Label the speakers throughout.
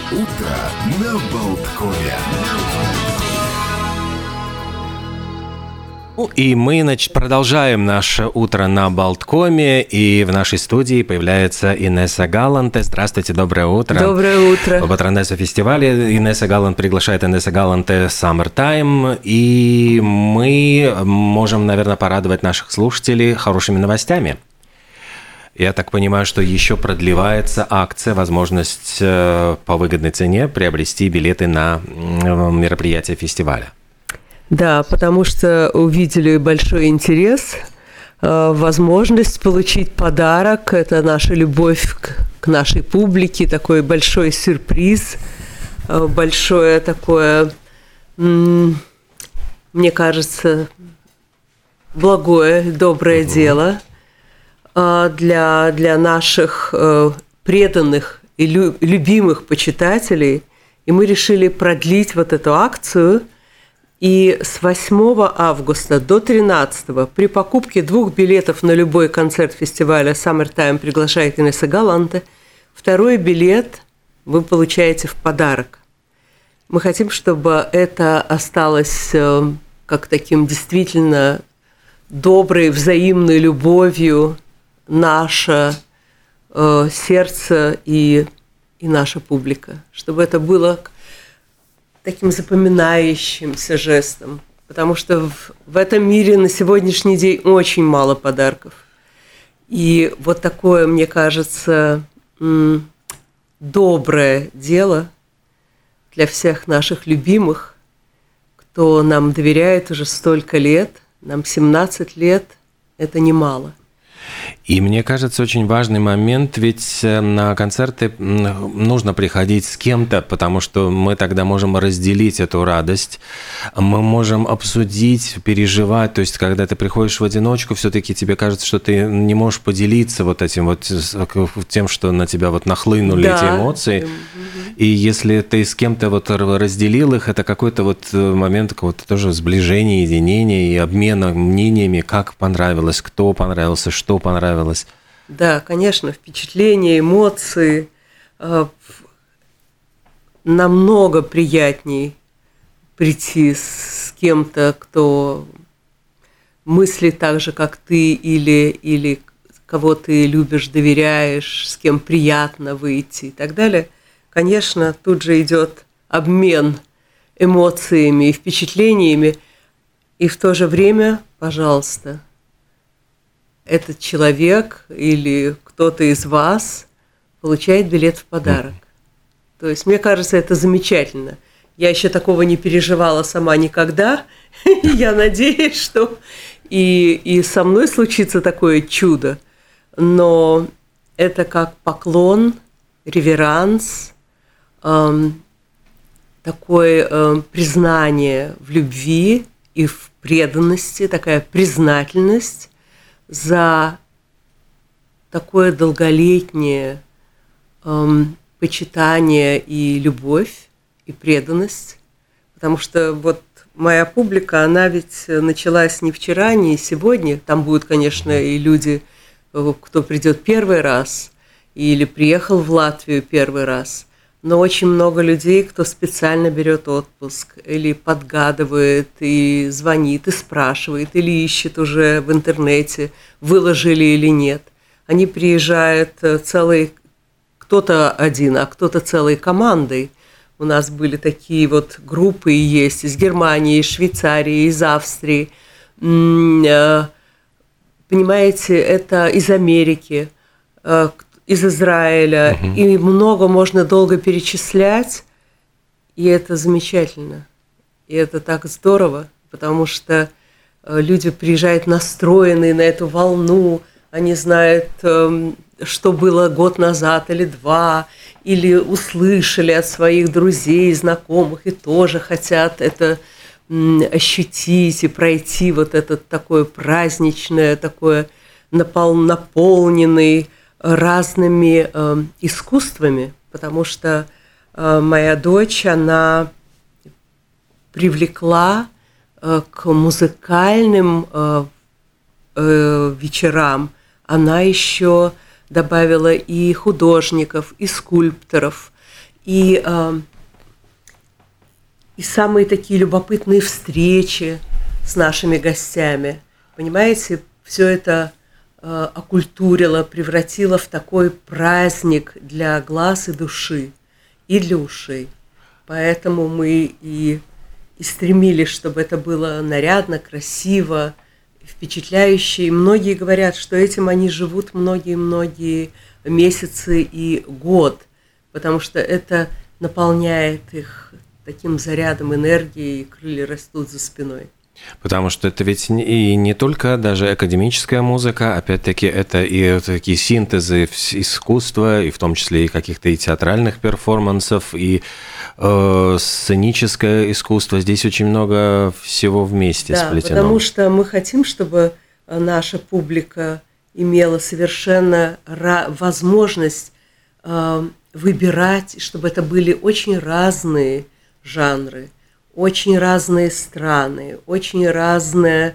Speaker 1: Утро на Болткове.
Speaker 2: И мы продолжаем наше утро на Болткоме, и в нашей студии появляется Инесса Галанте. Здравствуйте, доброе утро.
Speaker 3: Доброе утро.
Speaker 2: Об Патронессе фестивале Инесса Галанте приглашает Инесса Галанте Summertime, и мы можем, наверное, порадовать наших слушателей хорошими новостями. Я так понимаю, что еще продлевается акция, возможность по выгодной цене приобрести билеты на мероприятие фестиваля.
Speaker 3: Да, потому что увидели большой интерес, возможность получить подарок. Это наша любовь к нашей публике, такой большой сюрприз, большое такое, мне кажется, благое, доброе дело для наших преданных и любимых почитателей. И мы решили продлить вот эту акцию. И с 8 августа до 13 при покупке 2 билетов на любой концерт фестиваля Summertime приглашает Инесса Галанте, 2-й билет вы получаете в подарок. Мы хотим, чтобы это осталось как таким действительно доброй, взаимной любовью наше сердце и наша публика. Чтобы это было таким запоминающимся жестом, потому что в этом мире на сегодняшний день очень мало подарков. И вот такое, мне кажется, доброе дело для всех наших любимых, кто нам доверяет уже столько лет, нам 17 лет, это немало.
Speaker 2: И мне кажется, очень важный момент, ведь на концерты нужно приходить с кем-то, потому что мы тогда можем разделить эту радость, мы можем обсудить, переживать, то есть когда ты приходишь в одиночку, все-таки тебе кажется, что ты не можешь поделиться вот этим вот тем, что на тебя вот нахлынули эти эмоции, и если ты с кем-то вот разделил их, это какой-то вот момент какого-то тоже сближения, единения и обмена мнениями, как понравилось, кто понравился, что понравилось.
Speaker 3: Да, конечно, впечатления, эмоции намного приятней прийти с кем-то, кто мыслит так же, как ты, или кого ты любишь, доверяешь, с кем приятно выйти и так далее. Конечно, тут же идет обмен эмоциями и впечатлениями, и в то же время, пожалуйста, этот человек или кто-то из вас получает билет в подарок. То есть, мне кажется, это замечательно. Я еще такого не переживала сама никогда. Я надеюсь, что и со мной случится такое чудо. Но это как поклон, реверанс, такое признание в любви и в преданности, такая признательность за такое долголетнее почитание и любовь, и преданность. Потому что вот моя публика, она ведь началась не вчера, не сегодня. Там будут, конечно, и люди, кто придет первый раз, или приехал в Латвию первый раз. Но очень много людей, кто специально берет отпуск, или подгадывает, и звонит, и спрашивает, или ищет уже в интернете, выложили или нет. Они приезжают целый, кто-то один, а кто-то целой командой. У нас были такие вот группы и есть из Германии, из Швейцарии, из Австрии. Понимаете, это из Америки, из Израиля, и много можно долго перечислять, и это замечательно, и это так здорово, потому что люди приезжают настроенные на эту волну, они знают, что было год назад или 2, или услышали от своих друзей, знакомых, и тоже хотят это ощутить и пройти вот этот такое праздничное, такое наполненный разными искусствами, потому что моя дочь, она привлекла к музыкальным вечерам, она еще добавила и художников, и скульпторов, и самые такие любопытные встречи с нашими гостями. Понимаете, все это окультурило, превратило в такой праздник для глаз и души, и для ушей. Поэтому мы и стремились, чтобы это было нарядно, красиво, впечатляюще. И многие говорят, что этим они живут многие-многие месяцы и год, потому что это наполняет их таким зарядом энергии, и крылья растут за спиной.
Speaker 2: Потому что это ведь и не только даже академическая музыка, опять-таки это и такие синтезы искусства, и в том числе и каких-то и театральных перформансов, и сценическое искусство. Здесь очень много всего вместе сплетено.
Speaker 3: Да, потому что мы хотим, чтобы наша публика имела совершенно возможность выбирать, чтобы это были очень разные жанры, очень разные страны, очень разные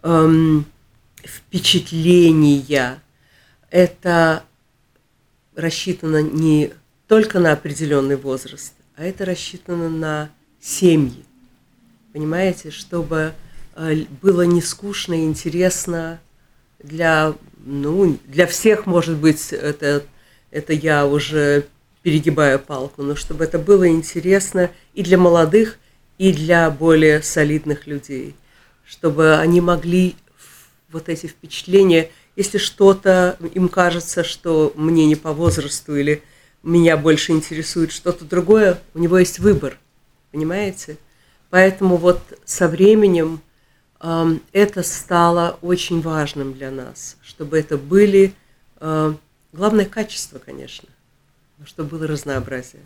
Speaker 3: впечатления. Это рассчитано не только на определенный возраст, а это рассчитано на семьи. Понимаете, чтобы было не скучно и интересно для всех, может быть, это я уже перегибаю палку, но чтобы это было интересно и для молодых, и для более солидных людей, чтобы они могли вот эти впечатления, если что-то им кажется, что мне не по возрасту или меня больше интересует что-то другое, у него есть выбор, понимаете? Поэтому вот со временем это стало очень важным для нас, чтобы это были, главное качество, конечно, чтобы было разнообразие.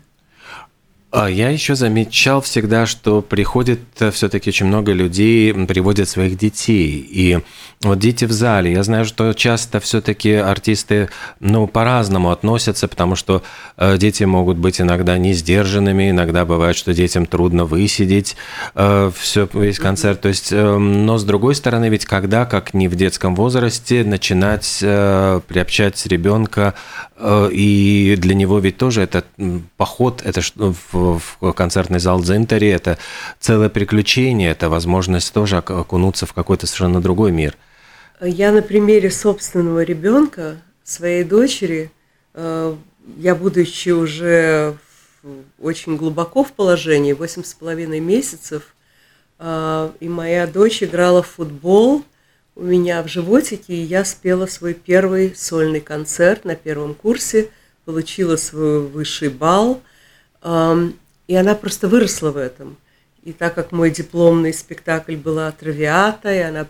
Speaker 2: Я еще замечал всегда, что приходит все-таки очень много людей, приводят своих детей. И вот дети в зале. Я знаю, что часто все-таки артисты по-разному относятся, потому что дети могут быть иногда не сдержанными, иногда бывает, что детям трудно высидеть весь концерт. То есть, но с другой стороны, ведь когда, как не в детском возрасте, начинать приобщать ребенка, и для него ведь тоже это поход, это в концертный зал Дзинтари, это целое приключение, это возможность тоже окунуться в какой-то совершенно другой мир.
Speaker 3: Я на примере собственного ребенка, своей дочери, я, будучи уже очень глубоко в положении, 8,5 месяцев, и моя дочь играла в футбол у меня в животике, и я спела свой первый сольный концерт на первом курсе, получила свой высший балл, и она просто выросла в этом. И так как мой дипломный спектакль была «Травиата», и она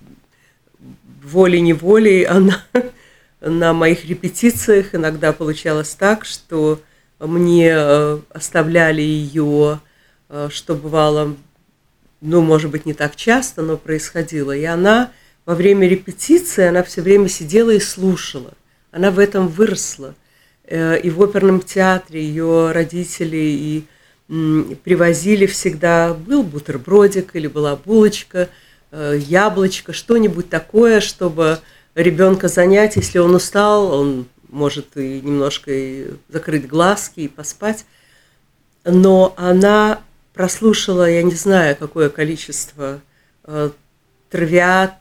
Speaker 3: волей-неволей, она на моих репетициях иногда получалось так, что мне оставляли ее, что бывало, может быть, не так часто, но происходило. И она во время репетиции, она все время сидела и слушала. Она в этом выросла. И в оперном театре ее родители и привозили всегда, был бутербродик или была булочка, яблочко, что-нибудь такое, чтобы ребенка занять. Если он устал, он может и немножко и закрыть глазки и поспать. Но она прослушала, я не знаю, какое количество травиат,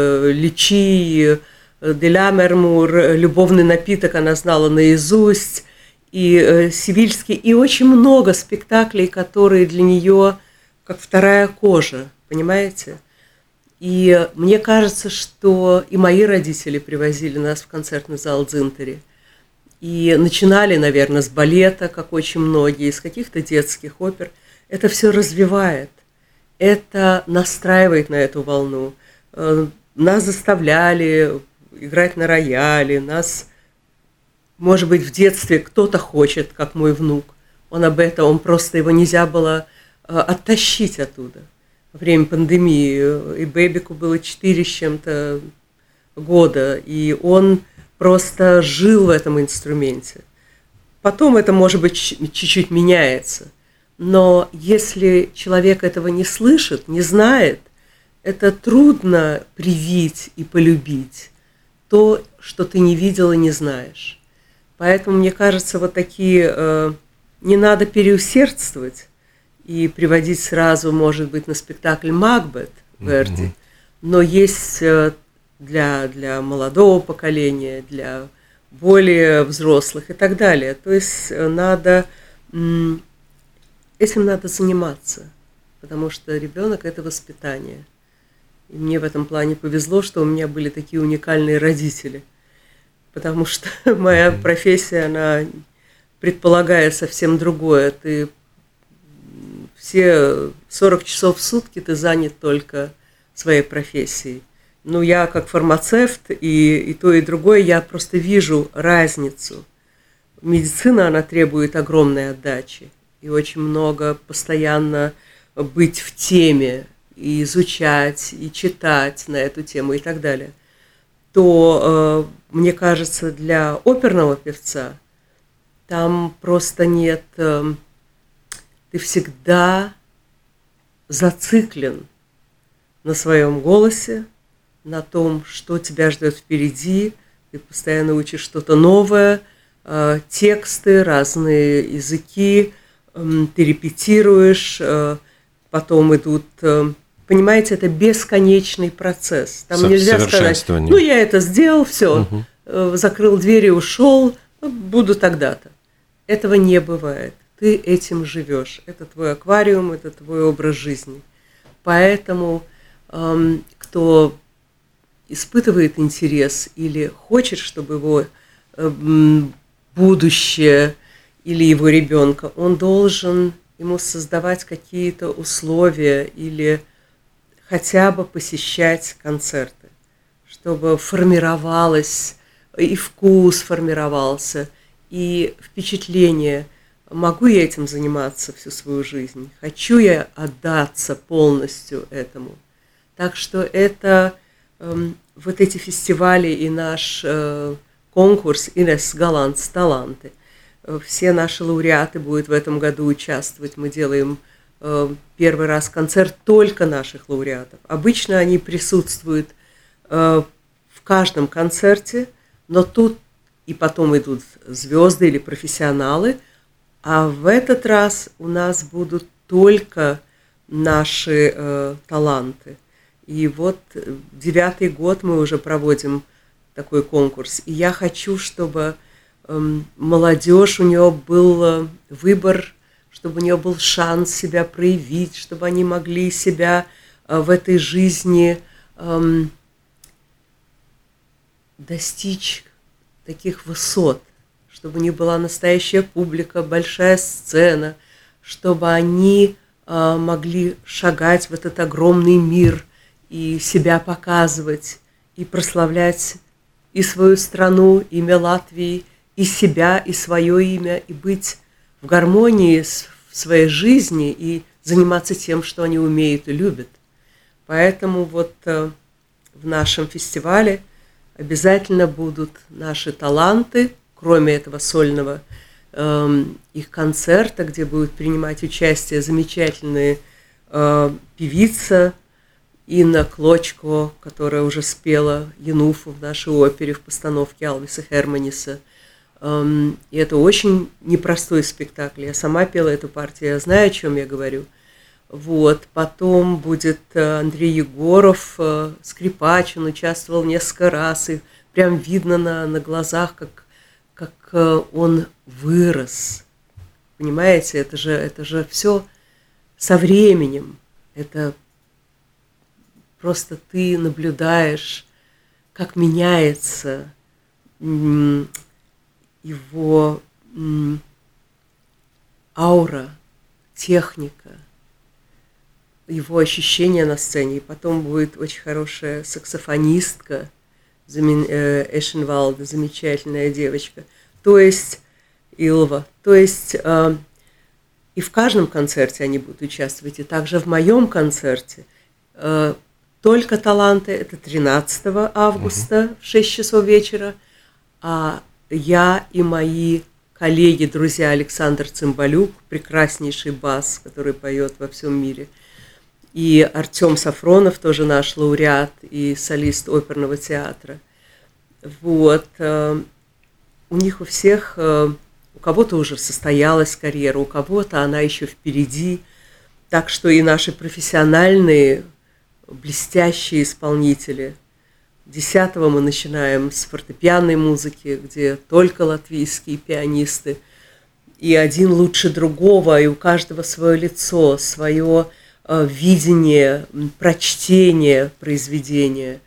Speaker 3: личи, Деля Мермур, любовный напиток она знала наизусть, и сивильский, и очень много спектаклей, которые для нее как вторая кожа, понимаете? И мне кажется, что и мои родители привозили нас в концертный зал Дзинтари. И начинали, наверное, с балета, как очень многие, из каких-то детских опер. Это все развивает, это настраивает на эту волну. Нас заставляли играть на рояле, нас, может быть, в детстве кто-то хочет, как мой внук. Он об этом, он просто, его нельзя было оттащить оттуда. Во время пандемии, и Бэбику было 4 с чем-то года, и он просто жил в этом инструменте. Потом это, может быть, чуть-чуть меняется. Но если человек этого не слышит, не знает, это трудно привить и полюбить то, что ты не видел и не знаешь. Поэтому, мне кажется, вот такие не надо переусердствовать и приводить сразу, может быть, на спектакль «Макбет» Верди, но есть для молодого поколения, для более взрослых и так далее. То есть этим надо заниматься, потому что ребенок – это воспитание. И мне в этом плане повезло, что у меня были такие уникальные родители, потому что моя профессия, она предполагает совсем другое. Ты все 40 часов в сутки ты занят только своей профессией. Ну, я как фармацевт и то, и другое, я просто вижу разницу. Медицина, она требует огромной отдачи. И очень много постоянно быть в теме, и изучать, и читать на эту тему и так далее. То, мне кажется, для оперного певца там просто нет... Ты всегда зациклен на своем голосе, на том, что тебя ждет впереди. Ты постоянно учишь что-то новое, тексты, разные языки, ты репетируешь, потом идут... Понимаете, это бесконечный процесс. Там нельзя сказать, ну, я это сделал, все, закрыл дверь и ушел, буду тогда-то. Этого не бывает. Ты этим живешь. Это твой аквариум, это твой образ жизни. Поэтому кто испытывает интерес или хочет, чтобы его будущее или его ребенка, он должен ему создавать какие-то условия или хотя бы посещать концерты, чтобы формировалось, и вкус формировался, и впечатление. Могу я этим заниматься всю свою жизнь? Хочу я отдаться полностью этому? Так что это вот эти фестивали и наш конкурс «Инес Галантс Таланты». Все наши лауреаты будут в этом году участвовать. Мы делаем первый раз концерт только наших лауреатов. Обычно они присутствуют в каждом концерте, но тут и потом идут звезды или профессионалы, а в этот раз у нас будут только наши таланты. И вот 9-й год мы уже проводим такой конкурс. И я хочу, чтобы молодежь, у нее был выбор, чтобы у нее был шанс себя проявить, чтобы они могли себя в этой жизни достичь таких высот, чтобы у них была настоящая публика, большая сцена, чтобы они могли шагать в этот огромный мир и себя показывать, и прославлять и свою страну, имя Латвии, и себя, и свое имя, и быть в гармонии в своей жизни и заниматься тем, что они умеют и любят. Поэтому вот в нашем фестивале обязательно будут наши таланты, кроме этого сольного их концерта, где будут принимать участие замечательные певица Инна Клочко, которая уже спела Януфу в нашей опере в постановке Алвиса Херманиса. И это очень непростой спектакль. Я сама пела эту партию, я знаю, о чем я говорю. Вот. Потом будет Андрей Егоров, скрипач, он участвовал несколько раз, и прям видно на глазах, как он вырос. Понимаете, это же все со временем. Это просто ты наблюдаешь, как меняется его аура, техника, его ощущения на сцене. И потом будет очень хорошая саксофонистка Эшенвалда, замечательная девочка. То есть Илва. То есть и в каждом концерте они будут участвовать. И также в моем концерте «Только таланты» – это 13 августа в 6 часов вечера. А я и мои коллеги, друзья, Александр Цымбалюк, прекраснейший бас, который поет во всем мире, и Артем Сафронов, тоже наш лауреат и солист оперного театра. Вот. У них у всех У кого-то уже состоялась карьера, у кого-то она еще впереди. Так что и наши профессиональные, блестящие исполнители. 10-го мы начинаем с фортепианной музыки, где только латвийские пианисты. И один лучше другого, и у каждого свое лицо, свое видение, прочтение произведения,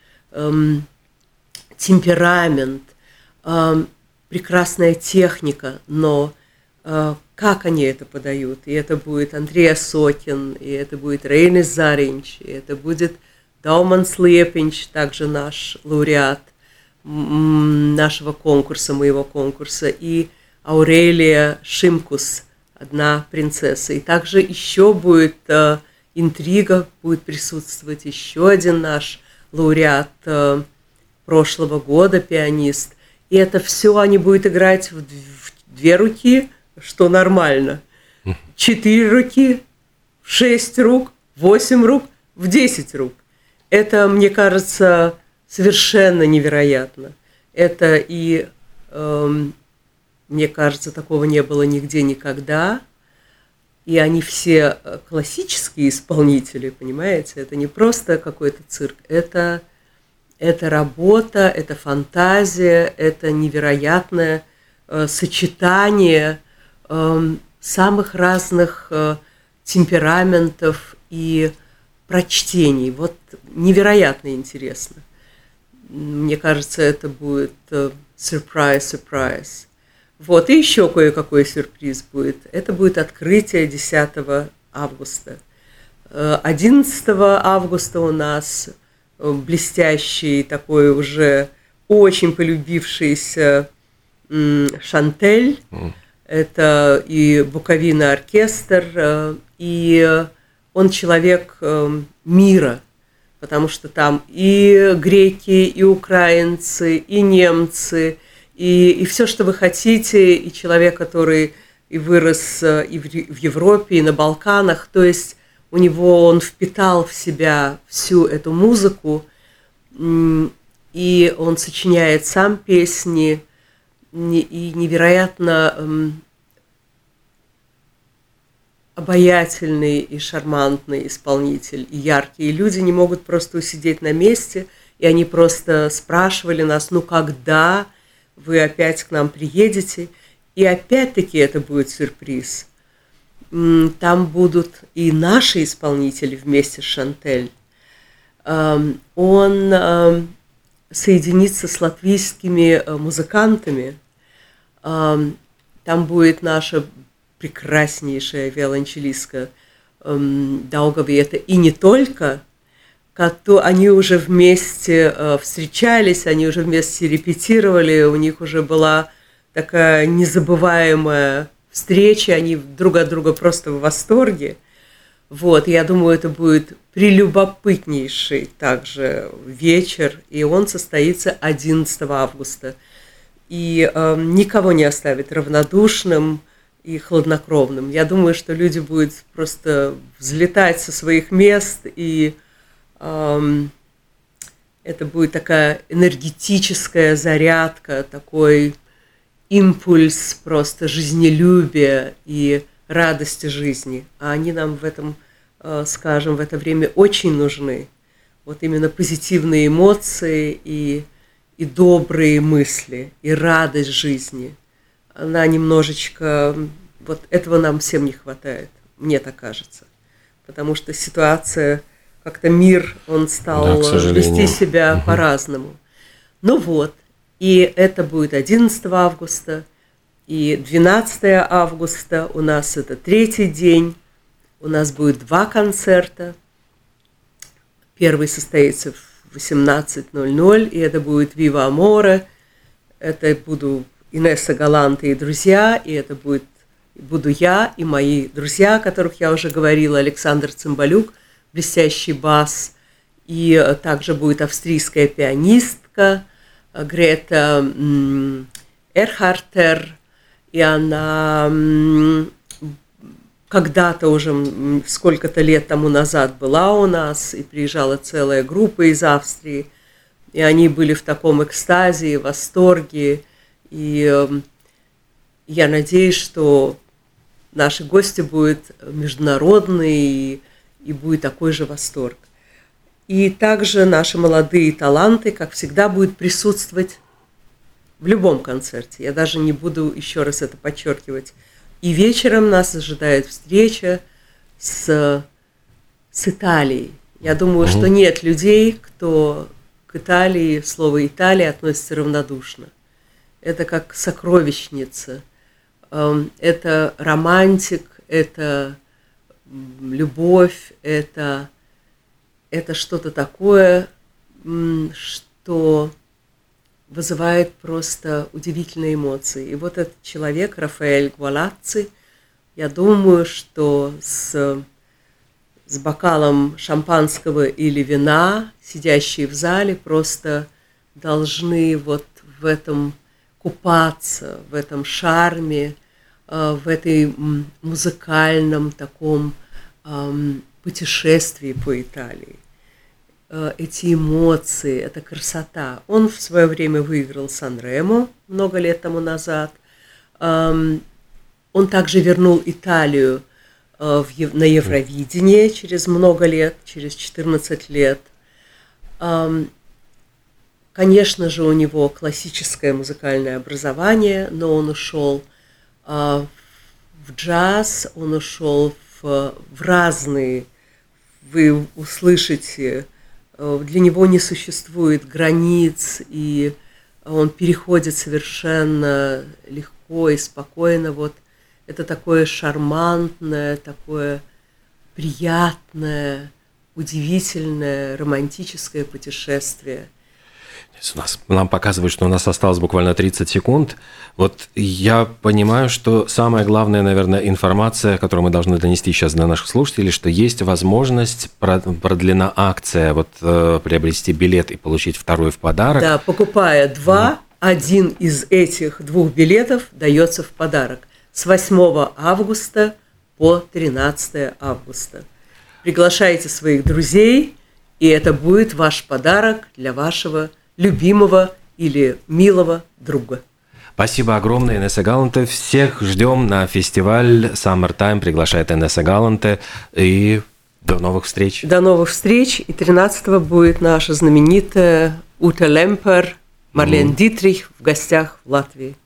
Speaker 3: темперамент, прекрасная техника, но как они это подают? И это будет Андрей Осокин, и это будет Рейнис Заринч, и это будет Дауманс Лепинч, также наш лауреат нашего конкурса, моего конкурса, и Аурелия Шимкус, одна принцесса. И также еще будет интрига, будет присутствовать еще один наш лауреат прошлого года, пианист. И это все они будут играть в 2 руки, что нормально. 4 руки, 6 рук, 8 рук, в 10 рук. Это, мне кажется, совершенно невероятно. Это и, мне кажется, такого не было нигде никогда. И они все классические исполнители, понимаете? Это не просто какой-то цирк, это работа, это фантазия, это невероятное сочетание самых разных темпераментов и прочтений. Вот невероятно интересно. Мне кажется, это будет surprise. Вот, и еще кое-какой сюрприз будет. Это будет открытие 10 августа. 11 августа у нас блестящий, такой уже очень полюбившийся Шантель. Это и Буковина оркестр, и он человек мира, потому что там и греки, и украинцы, и немцы, и все, что вы хотите, и человек, который и вырос и в Европе, и на Балканах, то есть у него он впитал в себя всю эту музыку, и он сочиняет сам песни, и невероятно обаятельный и шармантный исполнитель, и яркий. И люди не могут просто усидеть на месте, и они просто спрашивали нас, ну когда вы опять к нам приедете? И опять-таки это будет сюрприз. Там будут и наши исполнители вместе с Шантель. Он соединится с латвийскими музыкантами. Там будет наша прекраснейшая виолончелистка Даугавиета. И не только, они уже вместе встречались, они уже вместе репетировали, у них уже была такая незабываемая встреча, они друг от друга просто в восторге. Вот, я думаю, это будет прелюбопытнейший также вечер, и он состоится 11 августа. И никого не оставит равнодушным и хладнокровным. Я думаю, что люди будут просто взлетать со своих мест, и это будет такая энергетическая зарядка, такой импульс просто жизнелюбия и радости жизни. А они нам в этом, скажем, в это время очень нужны. Вот именно позитивные эмоции и добрые мысли, и радость жизни. Она немножечко... Вот этого нам всем не хватает, мне так кажется. Потому что ситуация, как-то мир, он стал вести себя по-разному. Ну вот, и это будет 11 августа, и 12 августа у нас это 3-й день. У нас будет 2 концерта. Первый состоится в 18:00, и это будет «Вива Аморе». Это буду Инесса Галанте и друзья, и это буду я и мои друзья, о которых я уже говорила, Александр Цымбалюк, блестящий бас, и также будет австрийская пианистка Грета Эрхартер, и она когда-то уже, сколько-то лет тому назад была у нас, и приезжала целая группа из Австрии, и они были в таком экстазе, восторге, и Я надеюсь, что наши гости будут международные и будет такой же восторг. И также наши молодые таланты, как всегда, будут присутствовать в любом концерте. Я даже не буду еще раз это подчеркивать. И вечером нас ожидает встреча с Италией. Я думаю, что нет людей, кто к Италии, слово «Италия» относится равнодушно. Это как сокровищница, это романтик, это любовь, это что-то такое, что вызывает просто удивительные эмоции. И вот этот человек, Рафаэль Гуалацци, я думаю, что с бокалом шампанского или вина, сидящие в зале, просто должны вот в этом купаться, в этом шарме, в этой музыкальном таком путешествии по Италии. Эти эмоции, эта красота. Он в свое время выиграл Сан-Ремо много лет тому назад. Он также вернул Италию на Евровидение через много лет, через 14 лет. Конечно же, у него классическое музыкальное образование, но он ушел в джаз, он ушел в разные, вы услышите, для него не существует границ, и он переходит совершенно легко и спокойно. Вот это такое шармантное, такое приятное, удивительное, романтическое путешествие.
Speaker 2: Нам показывают, что у нас осталось буквально 30 секунд. Вот я понимаю, что самая главная, наверное, информация, которую мы должны донести сейчас до наших слушателей, что есть возможность, продлена акция, вот приобрести билет и получить второй в подарок.
Speaker 3: Да, покупая два, один из этих двух билетов дается в подарок с 8 августа по 13 августа. Приглашайте своих друзей, и это будет ваш подарок для вашего любимого или милого друга.
Speaker 2: Спасибо огромное, Инесса Галанте. Всех ждем на фестиваль Summertime. Приглашает Инесса Галанте. И до новых встреч.
Speaker 3: До новых встреч. И 13-го будет наша знаменитая Ута Лемпер, Марлен Дитрих в гостях в Латвии.